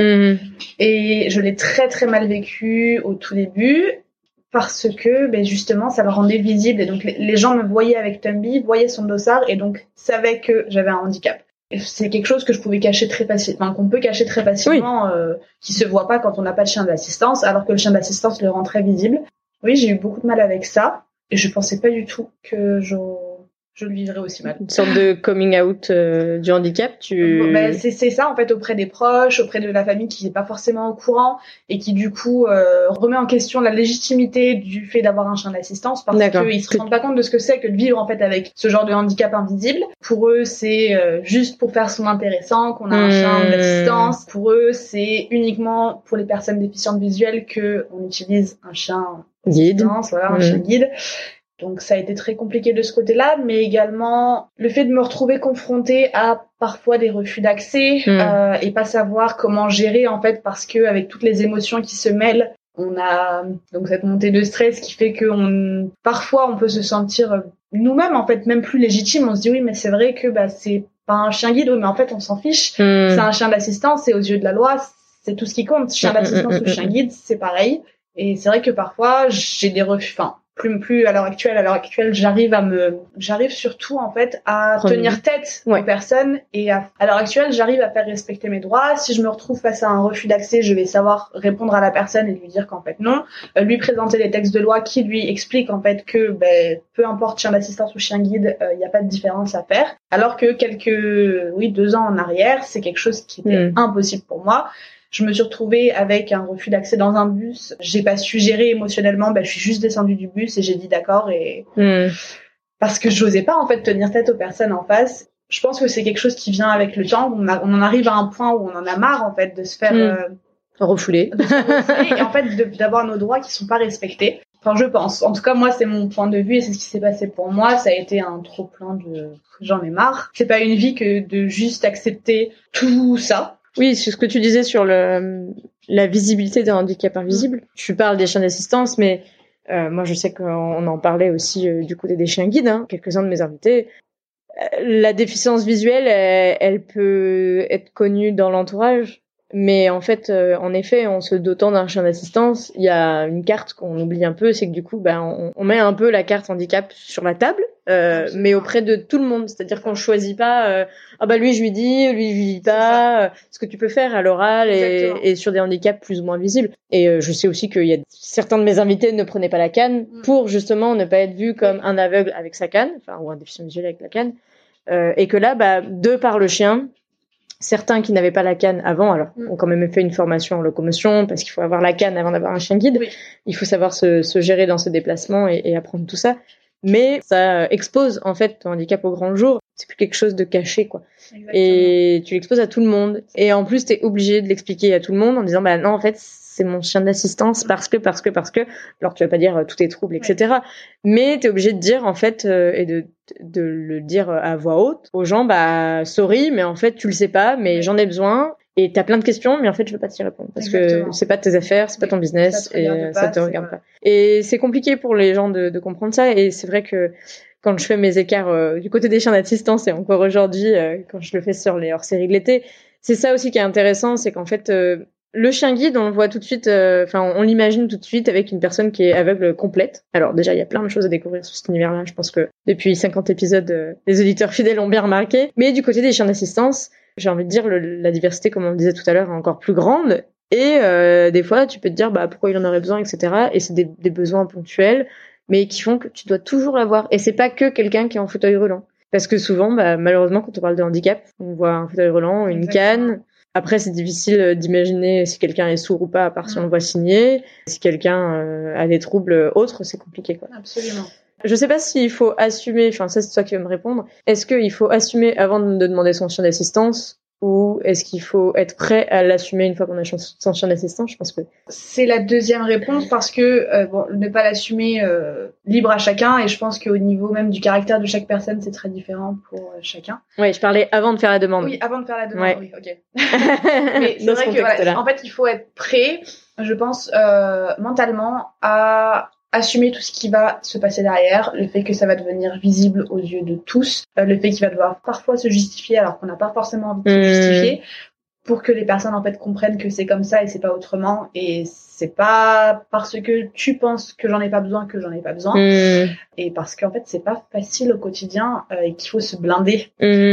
et je l'ai très très mal vécu au tout début parce que justement ça le rendait visible et donc les gens me voyaient avec Tumby, voyaient son dossard et donc savaient que j'avais un handicap. C'est quelque chose que je pouvais cacher très facilement, qu'on peut cacher très facilement, qui se voit pas quand on n'a pas de chien d'assistance, alors que le chien d'assistance le rend très visible. Oui, j'ai eu beaucoup de mal avec ça, et je pensais pas du tout que je le vivrais aussi mal. Une sorte de coming out du handicap, c'est ça en fait, auprès des proches, auprès de la famille qui n'est pas forcément au courant et qui du coup remet en question la légitimité du fait d'avoir un chien d'assistance parce qu'ils se rendent pas compte de ce que c'est que de vivre en fait avec ce genre de handicap invisible. Pour eux, c'est juste pour faire son intéressant qu'on a un chien d'assistance. Pour eux, c'est uniquement pour les personnes déficientes visuelles que on utilise un chien guide, un chien guide. Donc ça a été très compliqué de ce côté-là, mais également le fait de me retrouver confrontée à parfois des refus d'accès et pas savoir comment gérer en fait, parce que avec toutes les émotions qui se mêlent, on a donc cette montée de stress qui fait que parfois on peut se sentir nous-mêmes en fait même plus légitime. On se dit oui mais c'est vrai que c'est pas un chien guide, oui, mais en fait on s'en fiche. C'est un chien d'assistance et aux yeux de la loi c'est tout ce qui compte. Chien d'assistance ou chien guide c'est pareil. Et c'est vrai que parfois j'ai des refus. Plus à l'heure actuelle, j'arrive surtout en fait à tenir tête aux personnes et à l'heure actuelle, j'arrive à faire respecter mes droits. Si je me retrouve face à un refus d'accès, je vais savoir répondre à la personne et lui dire qu'en fait non, lui présenter les textes de loi qui lui expliquent en fait que peu importe chien d'assistance ou chien guide, il n'y a pas de différence à faire. Alors que 2 ans en arrière, c'est quelque chose qui était impossible pour moi. Je me suis retrouvée avec un refus d'accès dans un bus. J'ai pas su gérer émotionnellement. Je suis juste descendue du bus et j'ai dit d'accord parce que j'osais pas en fait tenir tête aux personnes en face. Je pense que c'est quelque chose qui vient avec le temps. On en arrive à un point où on en a marre en fait de se faire refouler et en fait d'avoir nos droits qui sont pas respectés. Enfin, je pense. En tout cas, moi, c'est mon point de vue et c'est ce qui s'est passé pour moi. Ça a été un trop plein de j'en ai marre. C'est pas une vie que de juste accepter tout ça. Oui, c'est ce que tu disais sur la visibilité d'un handicap invisible. Tu parles des chiens d'assistance, mais Moi, je sais qu'on en parlait aussi du côté des chiens guides, hein, quelques-uns de mes invités. La déficience visuelle, elle peut être connue dans l'entourage, mais en fait, en effet, en se dotant d'un chien d'assistance, il y a une carte qu'on oublie un peu, c'est que du coup, on met un peu la carte handicap sur la table, mais auprès de tout le monde. C'est-à-dire qu'on choisit pas, lui je lui dis, lui je lui dis pas, ce que tu peux faire à l'oral et sur des handicaps plus ou moins visibles. Et je sais aussi qu'il y a certains de mes invités ne prenaient pas la canne pour justement ne pas être vu comme un aveugle avec sa canne, ou un déficient visuel avec la canne. Et que là, de par le chien, certains qui n'avaient pas la canne avant, alors ont quand même fait une formation en locomotion, parce qu'il faut avoir la canne avant d'avoir un chien guide. Oui. Il faut savoir se gérer dans ses déplacements et apprendre tout ça. Mais ça expose en fait ton handicap au grand jour. C'est plus quelque chose de caché, quoi. Exactement. Et tu l'exposes à tout le monde. Et en plus, t'es obligé de l'expliquer à tout le monde en disant, non, en fait, c'est mon chien d'assistance parce que. Alors, tu vas pas dire tous tes troubles, etc. Ouais. Mais t'es obligé de dire, en fait, et de le dire à voix haute aux gens, sorry, mais en fait, tu le sais pas, mais j'en ai besoin. Et t'as plein de questions, mais en fait, je veux pas t'y répondre. Parce que c'est pas tes affaires, c'est pas ton business, ça te regarde pas. Et c'est compliqué pour les gens de comprendre ça. Et c'est vrai que quand je fais mes écarts du côté des chiens d'assistance, et encore aujourd'hui, quand je le fais sur les hors-séries de l'été, c'est ça aussi qui est intéressant, c'est qu'en fait, le chien guide, on le voit tout de suite, on l'imagine tout de suite avec une personne qui est aveugle complète. Alors déjà, il y a plein de choses à découvrir sur cet univers-là. Je pense que depuis 50 épisodes, les auditeurs fidèles ont bien remarqué. Mais du côté des chiens d'assistance, j'ai envie de dire, la diversité, comme on le disait tout à l'heure, est encore plus grande. Et des fois, tu peux te dire pourquoi il en aurait besoin, etc. Et c'est des besoins ponctuels, mais qui font que tu dois toujours l'avoir. Et c'est pas que quelqu'un qui est en fauteuil roulant. Parce que souvent, malheureusement, quand on parle de handicap, on voit un fauteuil roulant, une canne. Après, c'est difficile d'imaginer si quelqu'un est sourd ou pas, à part si on le voit signer. Si quelqu'un a des troubles autres, c'est compliqué, quoi. Absolument. Je sais pas s'il faut assumer, ça c'est toi qui vas me répondre, est-ce qu'il faut assumer avant de demander son chien d'assistance ou est-ce qu'il faut être prêt à l'assumer une fois qu'on a son chien d'assistance? Je pense que c'est la deuxième réponse parce que ne pas l'assumer libre à chacun et je pense qu'au niveau même du caractère de chaque personne c'est très différent pour chacun. Oui, je parlais avant de faire la demande. Oui, avant de faire la demande. Ouais. Oui, ok. Mais c'est vrai que en fait il faut être prêt, je pense mentalement à assumer tout ce qui va se passer derrière, le fait que ça va devenir visible aux yeux de tous, le fait qu'il va devoir parfois se justifier alors qu'on n'a pas forcément envie de se justifier, pour que les personnes en fait comprennent que c'est comme ça et c'est pas autrement, et c'est pas parce que tu penses que j'en ai pas besoin que j'en ai pas besoin, et parce qu'en fait c'est pas facile au quotidien et qu'il faut se blinder.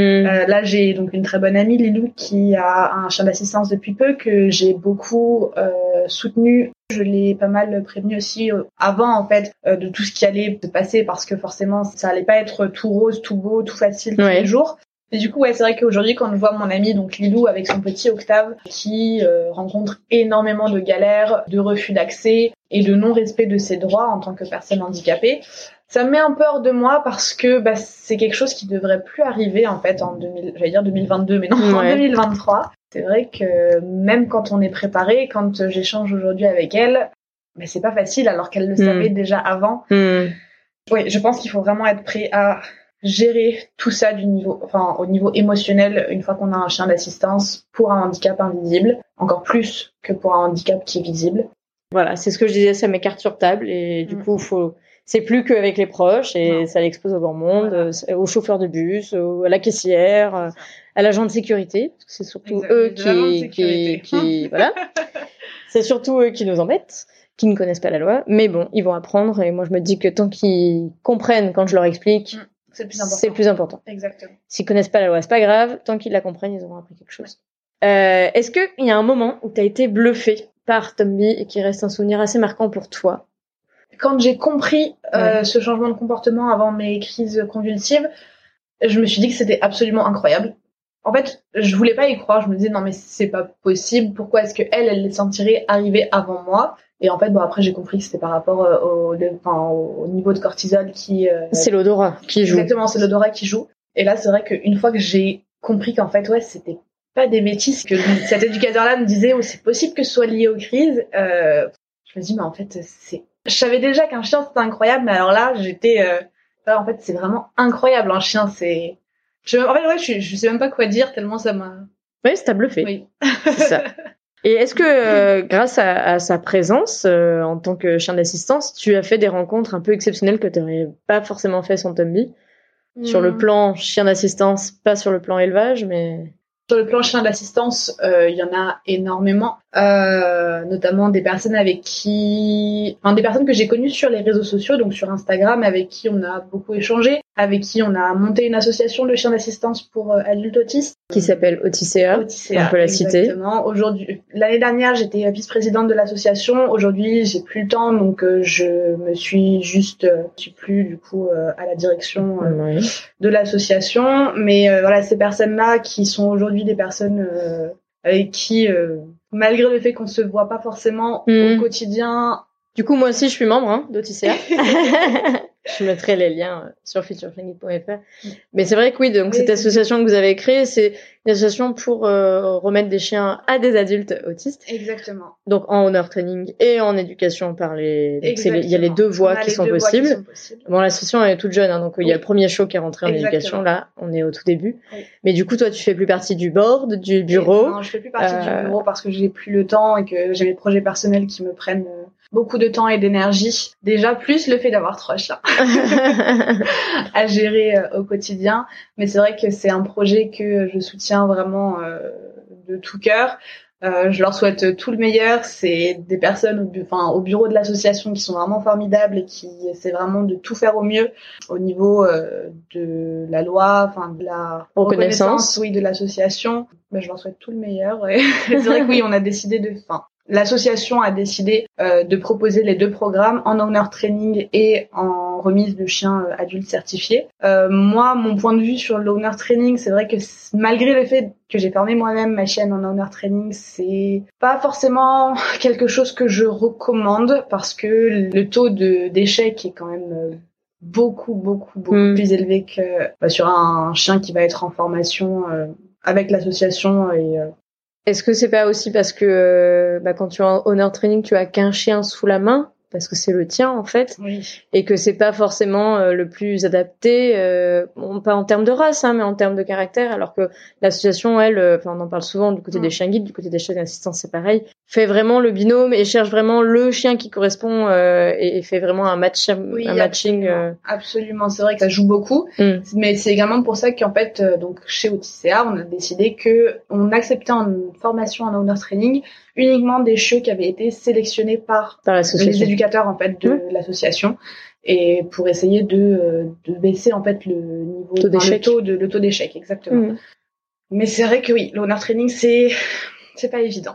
Là j'ai donc une très bonne amie, Lilou, qui a un chien d'assistance depuis peu, que j'ai beaucoup soutenu. Je l'ai pas mal prévenue aussi avant en fait de tout ce qui allait se passer, parce que forcément ça allait pas être tout rose, tout beau, tout facile tous les jours. Et du coup, c'est vrai qu'aujourd'hui, quand je vois mon amie, donc Lilou, avec son petit Octave, qui rencontre énormément de galères, de refus d'accès et de non-respect de ses droits en tant que personne handicapée, ça me met un peu hors de moi parce que c'est quelque chose qui devrait plus arriver en fait en 2022, mais non, en 2023. C'est vrai que même quand on est préparé, quand j'échange aujourd'hui avec elle, c'est pas facile alors qu'elle le savait déjà avant. Oui, je pense qu'il faut vraiment être prêt à gérer tout ça au niveau émotionnel une fois qu'on a un chien d'assistance pour un handicap invisible, encore plus que pour un handicap qui est visible. Voilà, c'est ce que je disais, ça met carte sur table et du coup, c'est plus qu'avec les proches et ça l'expose au grand monde, au chauffeur de bus, à la caissière, à l'agent de sécurité, parce que c'est surtout eux qui voilà. C'est surtout eux qui nous embêtent, qui ne connaissent pas la loi, mais bon, ils vont apprendre et moi je me dis que tant qu'ils comprennent quand je leur explique, c'est le plus important. Exactement. S'ils connaissent pas la loi, c'est pas grave, tant qu'ils la comprennent, ils auront appris quelque chose. Est-ce qu'il y a un moment où tu as été bluffé par Tomby et qui reste un souvenir assez marquant pour toi? Quand j'ai compris ce changement de comportement avant mes crises convulsives, je me suis dit que c'était absolument incroyable. En fait, je voulais pas y croire. Je me disais non mais c'est pas possible. Pourquoi est-ce que elle les sentirait arriver avant moi? Et en fait, après j'ai compris que c'était par rapport au niveau de cortisol qui. C'est l'odorat qui joue. Exactement, c'est l'odorat qui joue. Et là, c'est vrai qu'une fois que j'ai compris qu'en fait, c'était pas des bêtises, que cet éducateur-là me disait c'est possible que ce soit lié aux crises. Je me dis mais en fait je savais déjà qu'un chien c'était incroyable, mais alors là j'étais en fait c'est vraiment incroyable un chien, c'est je sais même pas quoi dire tellement ça m'a. Oui, ça t'a bluffé. Oui. C'est ça. Et est-ce que grâce à sa présence en tant que chien d'assistance, tu as fait des rencontres un peu exceptionnelles que tu n'aurais pas forcément fait sans Tumby? Sur le plan chien d'assistance, pas sur le plan élevage, mais... Sur le plan chien d'assistance, il y en a énormément, notamment des personnes des personnes que j'ai connues sur les réseaux sociaux, donc sur Instagram, avec qui on a beaucoup échangé, avec qui on a monté une association de chiens d'assistance pour adultes autistes. Qui s'appelle Oticea, on peut la citer. Exactement. Aujourd'hui, l'année dernière, j'étais vice-présidente de l'association. Aujourd'hui, j'ai plus le temps, donc je suis plus du coup à la direction de l'association. Mais voilà, ces personnes-là qui sont aujourd'hui des personnes avec qui, malgré le fait qu'on se voit pas forcément au quotidien. Du coup, moi aussi, je suis membre d'Oticea. Je mettrai les liens sur futureshanguid.fr. Mais c'est vrai que oui, donc cette association que vous avez créée, c'est une association pour remettre des chiens à des adultes autistes. Exactement. Donc en owner training et en éducation par les... Il y a les deux voies qui sont possibles. Bon, l'association est toute jeune, donc il y a le premier show qui est rentré en éducation. Là, on est au tout début. Oui. Mais du coup, toi, tu fais plus partie du board, du bureau. Non, je fais plus partie du bureau parce que j'ai plus le temps et que j'ai mes projets personnels qui me prennent beaucoup de temps et d'énergie. Déjà, plus le fait d'avoir 3 chiens à gérer au quotidien. Mais c'est vrai que c'est un projet que je soutiens vraiment de tout cœur. Je leur souhaite tout le meilleur. C'est des personnes au bureau de l'association qui sont vraiment formidables et qui essaient vraiment de tout faire au mieux au niveau de la loi, de la reconnaissance de l'association. Mais je leur souhaite tout le meilleur. Et c'est vrai que oui, on a décidé l'association a décidé de proposer les 2 programmes en owner training et en remise de chiens adultes certifiés. Moi, mon point de vue sur l'owner training, c'est vrai que malgré le fait que j'ai formé moi-même ma chienne en owner training, c'est pas forcément quelque chose que je recommande parce que le taux d'échec est quand même beaucoup plus élevé que sur un chien qui va être en formation avec l'association et Est-ce que c'est pas aussi parce que quand tu es en owner training, tu as qu'un chien sous la main parce que c'est le tien en fait, et que c'est pas forcément le plus adapté, pas en termes de race, mais en termes de caractère, alors que l'association, elle, on en parle souvent du côté des chiens guides, du côté des chiens d'assistance, c'est pareil, fait vraiment le binôme et cherche vraiment le chien qui correspond et fait vraiment un matching. Absolument, c'est vrai que ça joue beaucoup, mais c'est également pour ça qu'en fait, donc chez Oticea, on a décidé que on acceptait en formation en owner training uniquement des chiots qui avaient été sélectionnés par les éducateurs en fait de l'association, et pour essayer de baisser en fait le niveau le taux d'échec exactement. Mais c'est vrai que oui, l'owner training c'est pas évident.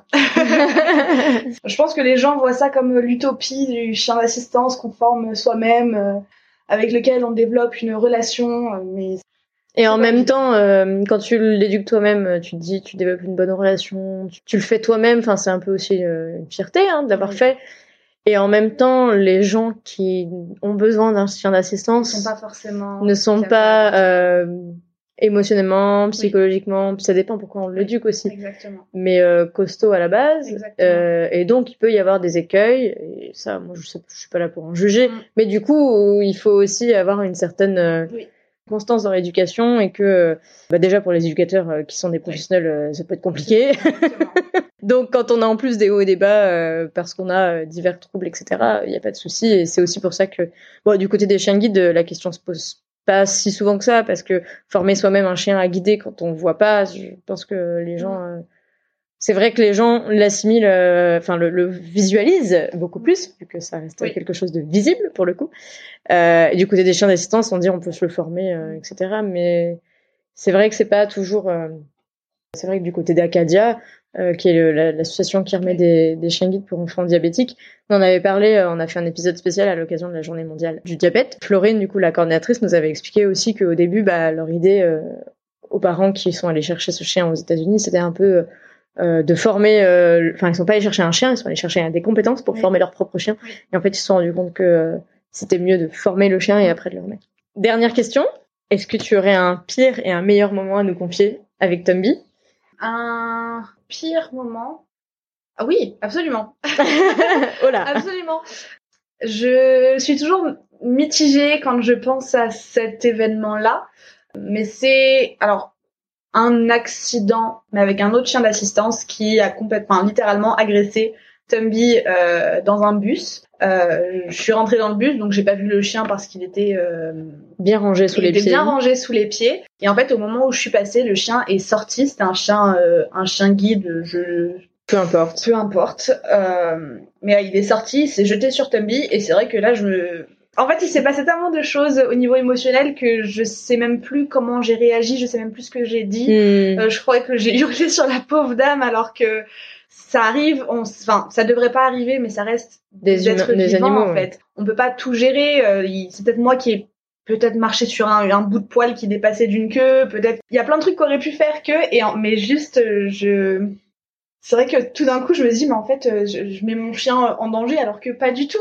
Je pense que les gens voient ça comme l'utopie du chien d'assistance qu'on forme soi-même, avec lequel on développe une relation, mais et en même temps, quand tu l'éduques toi-même, tu te dis, tu développes une bonne relation, tu le fais toi-même. Enfin, c'est un peu aussi une fierté de l'avoir fait. Et en même temps, les gens qui ont besoin d'un chien d'assistance ne sont pas émotionnellement, psychologiquement, ça dépend pourquoi on l'éduque aussi. Exactement. Mais costaud à la base. Et donc, il peut y avoir des écueils. Et ça, moi, je suis pas là pour en juger. Mais du coup, il faut aussi avoir une certaine constance dans l'éducation, et que déjà pour les éducateurs qui sont des professionnels, ça peut être compliqué. Donc quand on a en plus des hauts et des bas parce qu'on a divers troubles, etc., il n'y a pas de souci. Et c'est aussi pour ça que du côté des chiens guides, la question se pose pas si souvent que ça, parce que former soi-même un chien à guider quand on voit pas, je pense que les gens c'est vrai que les gens l'assimilent, le visualisent beaucoup plus, vu que ça reste quelque chose de visible pour le coup. Et du côté des chiens d'assistance, on dit on peut se le former, etc. Mais c'est vrai que c'est pas toujours. C'est vrai que du côté d'Acadia, qui est l'association qui remet des chiens guides pour enfants diabétiques, on en avait parlé, on a fait un épisode spécial à l'occasion de la journée mondiale du diabète. Florine, du coup, la coordinatrice, nous avait expliqué aussi qu'au début, leur idée aux parents qui sont allés chercher ce chien aux États-Unis, c'était un peu de former, ils sont pas allés chercher un chien, ils sont allés chercher des compétences pour former leur propre chien. Et en fait, ils se sont rendus compte que c'était mieux de former le chien et après de le remettre. Dernière question. Est-ce que tu aurais un pire et un meilleur moment à nous confier avec Tumby? Un pire moment? Ah oui, absolument. Oh là. Absolument. Je suis toujours mitigée quand je pense à cet événement-là. Mais c'est, alors, un accident, mais avec un autre chien d'assistance qui a littéralement agressé Tumby dans un bus. Je suis rentrée dans le bus, donc j'ai pas vu le chien parce qu'il était bien rangé sous les pieds. Bien rangé sous les pieds. Et en fait, au moment où je suis passée, le chien est sorti. C'était un chien guide. Peu importe. Mais il est sorti, il s'est jeté sur Tumby, et c'est vrai que là, en fait, il s'est passé tellement de choses au niveau émotionnel que je sais même plus comment j'ai réagi, je sais même plus ce que j'ai dit. Je crois que j'ai hurlé sur la pauvre dame, alors que ça arrive, ça devrait pas arriver, mais ça reste des êtres vivants, animaux, en fait. On peut pas tout gérer. C'est peut-être moi qui ai peut-être marché sur un bout de poil qui dépassait d'une queue, peut-être. Il y a plein de trucs qu'on aurait pu faire mais juste, c'est vrai que tout d'un coup, je me dis, mais en fait, je mets mon chien en danger, alors que pas du tout.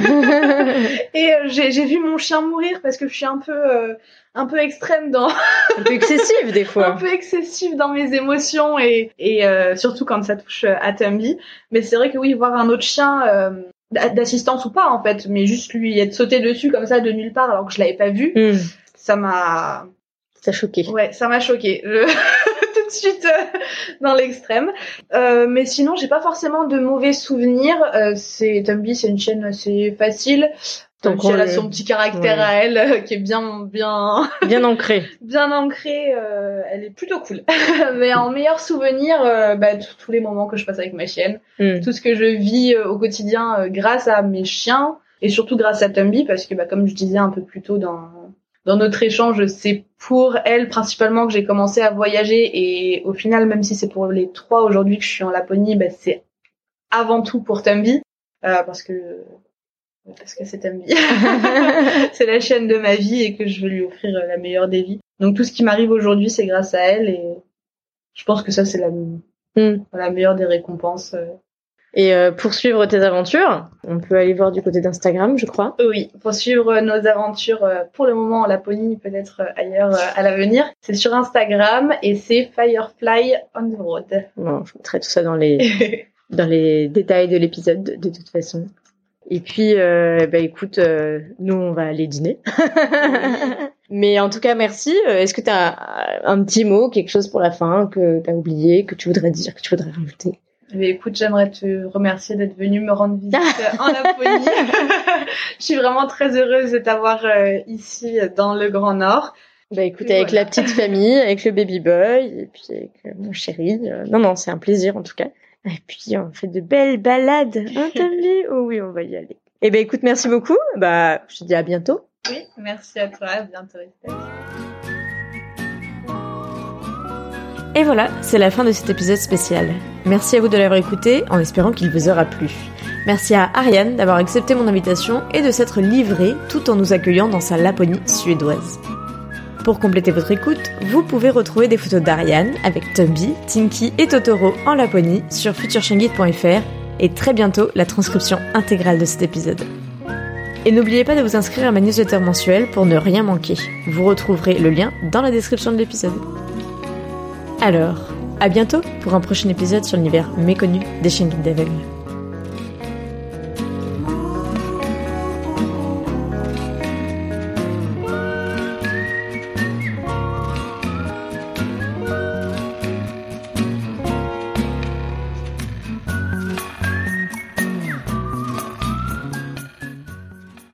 Et j'ai vu mon chien mourir parce que je suis un peu extrême un peu excessive des fois. Un peu excessive dans mes émotions et surtout quand ça touche à Tumby. Mais c'est vrai que oui, voir un autre chien d'assistance ou pas en fait, mais juste lui être sauté dessus comme ça de nulle part alors que je l'avais pas vu, ça m'a choqué. Ouais, ça m'a choqué. Tout de suite dans l'extrême. Mais sinon, j'ai pas forcément de mauvais souvenirs. Tumby, c'est une chienne assez facile. Donc elle a son petit caractère à elle qui est bien ancré. Bien ancré, elle est plutôt cool. Mais en meilleur souvenir, tous les moments que je passe avec ma chienne, tout ce que je vis au quotidien grâce à mes chiens et surtout grâce à Tumby parce que comme je disais un peu plus tôt dans notre échange, c'est pour elle principalement que j'ai commencé à voyager et au final, même si c'est pour les 3 aujourd'hui que je suis en Laponie, c'est avant tout pour Tumby parce que c'est Tumby. C'est la chienne de ma vie et que je veux lui offrir la meilleure des vies. Donc tout ce qui m'arrive aujourd'hui, c'est grâce à elle et je pense que ça c'est la meilleure des récompenses. Et pour suivre tes aventures, on peut aller voir du côté d'Instagram, je crois. Oui, pour suivre nos aventures pour le moment en Laponie, peut-être ailleurs à l'avenir. C'est sur Instagram et c'est Firefly on the Road. Bon, je mettrai tout ça dans les dans les détails de l'épisode de toute façon. Et puis, écoute, nous on va aller dîner. Mais en tout cas, merci. Est-ce que t'as un petit mot, quelque chose pour la fin que t'as oublié, que tu voudrais dire, que tu voudrais rajouter? Mais écoute, j'aimerais te remercier d'être venu me rendre visite en Laponie. Je suis vraiment très heureuse de t'avoir ici dans le Grand Nord. Écoute, avec la petite famille, avec le baby boy, et puis avec mon chéri. Non, c'est un plaisir en tout cas. Et puis on fait de belles balades, hein, Tumby? Oh oui, on va y aller. Et écoute, merci beaucoup. Je te dis à bientôt. Oui, merci à toi. À bientôt, Estelle. Et voilà, c'est la fin de cet épisode spécial. Merci à vous de l'avoir écouté, en espérant qu'il vous aura plu. Merci à Ariane d'avoir accepté mon invitation et de s'être livrée tout en nous accueillant dans sa Laponie suédoise. Pour compléter votre écoute, vous pouvez retrouver des photos d'Ariane avec Tumby, Tinky et Totoro en Laponie sur futureshangit.fr et très bientôt la transcription intégrale de cet épisode. Et n'oubliez pas de vous inscrire à ma newsletter mensuelle pour ne rien manquer. Vous retrouverez le lien dans la description de l'épisode. Alors, à bientôt pour un prochain épisode sur l'univers méconnu des chiens guides d'aveugles.